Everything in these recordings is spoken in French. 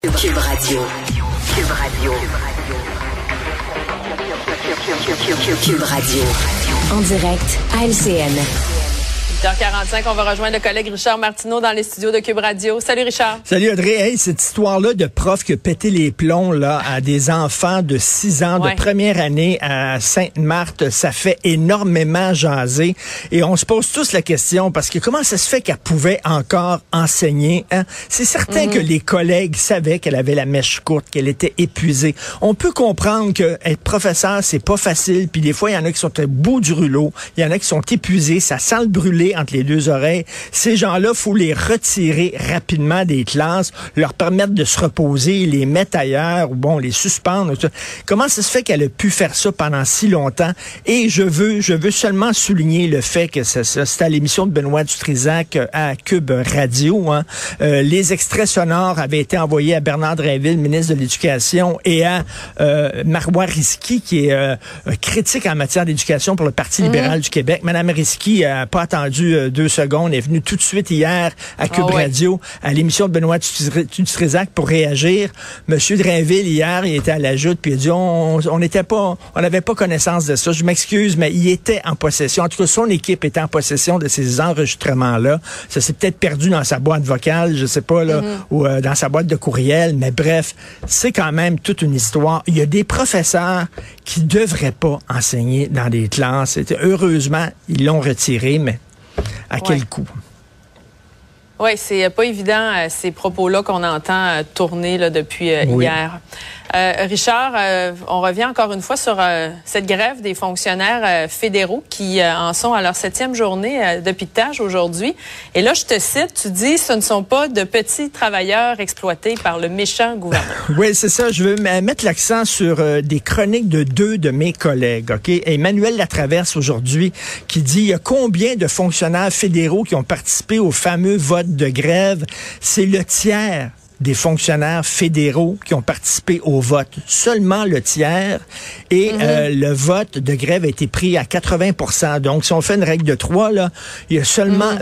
Cube Radio. Cube Radio. Cube Radio. En direct à LCN. 8h45, on va rejoindre le collègue Richard Martineau dans les studios de Cube Radio. Salut Richard. Salut Audrey. Hey, cette histoire-là de prof qui a pété les plombs là, à des enfants de 6 ans de première année à Sainte-Marthe, ça fait énormément jaser. Et on se pose tous la question, parce que comment ça se fait qu'elle pouvait encore enseigner? Hein? C'est certain que les collègues savaient qu'elle avait la mèche courte, qu'elle était épuisée. On peut comprendre que être professeur, c'est pas facile. Puis des fois, il y en a qui sont au bout du rouleau. Il y en a qui sont épuisés. Ça sent le brûler entre les deux oreilles. Ces gens-là, faut les retirer rapidement des classes, leur permettre de se reposer, les mettre ailleurs, ou bon, les suspendre. Comment ça se fait qu'elle a pu faire ça pendant si longtemps? Et je veux seulement souligner le fait que c'était à l'émission de Benoît Dutrisac à Cube Radio. Hein. Les extraits sonores avaient été envoyés à Bernard Drinville, ministre de l'Éducation, et à Marois Risky, qui est critique en matière d'éducation pour le Parti libéral du Québec. Madame Risky n'a pas attendu 2 secondes, est venue tout de suite hier à Cube Radio, à l'émission de Benoît Dutrisac pour réagir. Monsieur Drainville, hier, il était à la joute, puis il a dit, on n'avait pas connaissance de ça. Je m'excuse, mais il était en possession. En tout cas, son équipe était en possession de ces enregistrements-là. Ça s'est peut-être perdu dans sa boîte vocale, je sais pas, là, ou dans sa boîte de courriel, mais bref, c'est quand même toute une histoire. Il y a des professeurs qui devraient pas enseigner dans des classes. Heureusement, ils l'ont retiré, mais à quel coût? Oui, c'est pas évident, ces propos-là qu'on entend tourner là, depuis hier. Richard, on revient encore une fois sur cette grève des fonctionnaires fédéraux qui en sont à leur 7e journée de piquetage aujourd'hui. Et là, je te cite, tu dis, ce ne sont pas de petits travailleurs exploités par le méchant gouvernement. Oui, c'est ça. Je veux mettre l'accent sur des chroniques de 2 de mes collègues. Ok, Emmanuel Latraverse aujourd'hui qui dit, il y a combien de fonctionnaires fédéraux qui ont participé au fameux vote de grève? C'est le tiers des fonctionnaires fédéraux qui ont participé au vote. Seulement le tiers. Et le vote de grève a été pris à 80%. Donc, si on fait une règle de 3, là, il y a seulement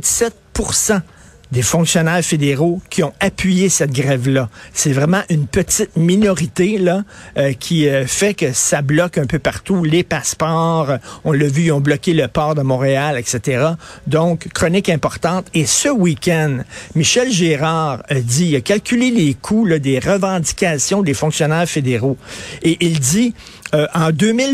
27% des fonctionnaires fédéraux qui ont appuyé cette grève-là. C'est vraiment une petite minorité là qui fait que ça bloque un peu partout. Les passeports, on l'a vu, ils ont bloqué le port de Montréal, etc. Donc, chronique importante. Et ce week-end, Michel Gérard a dit, il a calculé les coûts là, des revendications des fonctionnaires fédéraux. Et il dit, en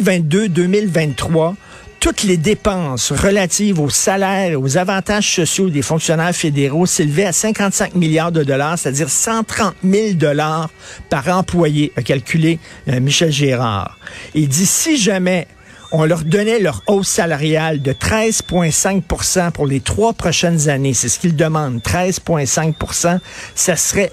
2022-2023, toutes les dépenses relatives aux salaires et aux avantages sociaux des fonctionnaires fédéraux s'élevaient à 55 milliards de dollars, c'est-à-dire 130 000 dollars par employé, a calculé Michel Gérard. Il dit, si jamais on leur donnait leur hausse salariale de 13,5 pour les 3 prochaines années, c'est ce qu'ils demandent, 13,5 ça serait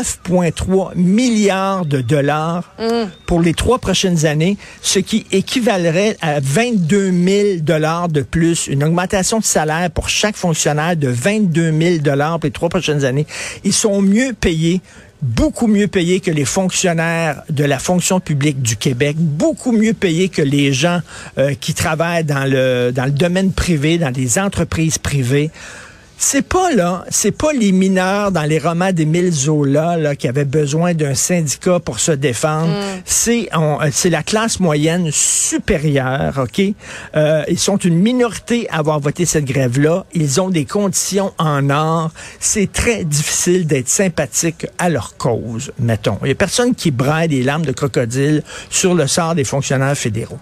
9,3 milliards de dollars pour les 3 prochaines années, ce qui équivalerait à 22 000 dollars de plus, une augmentation de salaire pour chaque fonctionnaire de 22 000 dollars pour les 3 prochaines années. Ils sont mieux payés, beaucoup mieux payés que les fonctionnaires de la fonction publique du Québec, beaucoup mieux payés que les gens qui travaillent dans le domaine privé, dans des entreprises privées. C'est pas les mineurs dans les romans d'Émile Zola là, qui avaient besoin d'un syndicat pour se défendre. C'est la classe moyenne supérieure, OK? Ils sont une minorité à avoir voté cette grève-là. Ils ont des conditions en or. C'est très difficile d'être sympathique à leur cause, mettons. Il y a personne qui braille des larmes de crocodile sur le sort des fonctionnaires fédéraux.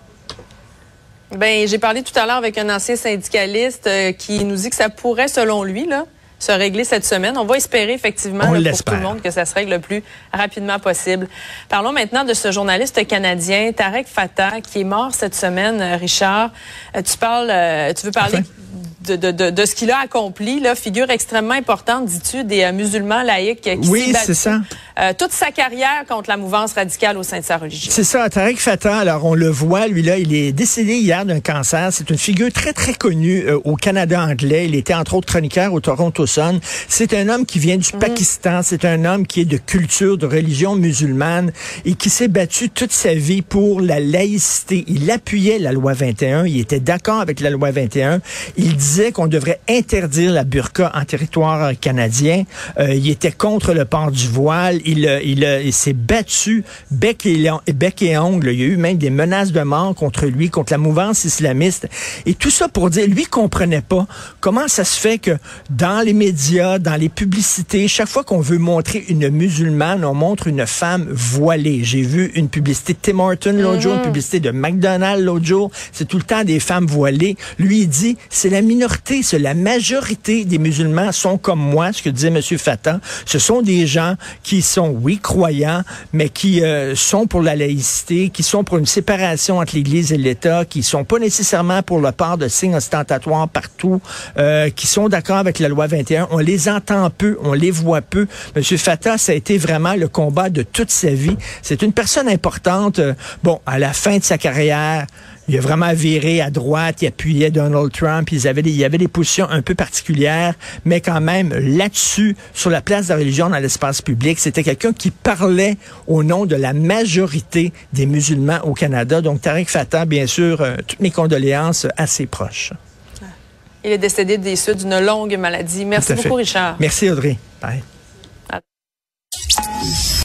Ben, j'ai parlé tout à l'heure avec un ancien syndicaliste qui nous dit que ça pourrait, selon lui, là, se régler cette semaine. On va espérer effectivement là, pour tout le monde que ça se règle le plus rapidement possible. Parlons maintenant de ce journaliste canadien, Tarek Fatah, qui est mort cette semaine, Richard. Tu veux parler de ce qu'il a accompli, là, figure extrêmement importante, dis-tu, des musulmans laïcs qui oui, c'est ça. Toute sa carrière contre la mouvance radicale au sein de sa religion. C'est ça, Tarek Fatah, alors on le voit, lui là, il est décédé hier d'un cancer. C'est une figure très, très connue au Canada anglais. Il était entre autres chroniqueur au Toronto Sun. C'est un homme qui vient du Pakistan. C'est un homme qui est de culture, de religion musulmane et qui s'est battu toute sa vie pour la laïcité. Il appuyait la loi 21. Il était d'accord avec la loi 21. Il disait disait qu'on devrait interdire la burqa en territoire canadien. Il était contre le port du voile. Il s'est battu bec et ongle. Il y a eu même des menaces de mort contre lui, contre la mouvance islamiste. Et tout ça pour dire, lui comprenait pas comment ça se fait que dans les médias, dans les publicités, chaque fois qu'on veut montrer une musulmane, on montre une femme voilée. J'ai vu une publicité de Tim Hortons l'autre jour, une publicité de McDonald's l'autre jour. C'est tout le temps des femmes voilées. Lui, il dit, c'est la minorité, c'est la majorité des musulmans sont comme moi, ce que disait M. Fattah. Ce sont des gens qui sont, oui, croyants, mais qui sont pour la laïcité, qui sont pour une séparation entre l'Église et l'État, qui sont pas nécessairement pour le port de signes ostentatoires partout, qui sont d'accord avec la loi 21. On les entend peu, on les voit peu. M. Fattah, ça a été vraiment le combat de toute sa vie. C'est une personne importante. Bon, à la fin de sa carrière, il a vraiment viré à droite, il appuyait Donald Trump, il y avait des positions un peu particulières, mais quand même, là-dessus, sur la place de la religion dans l'espace public, c'était quelqu'un qui parlait au nom de la majorité des musulmans au Canada. Donc, Tariq Fattah, bien sûr, toutes mes condoléances à ses proches. Il est décédé des suites d'une longue maladie. Merci beaucoup, Richard. Merci, Audrey. Bye.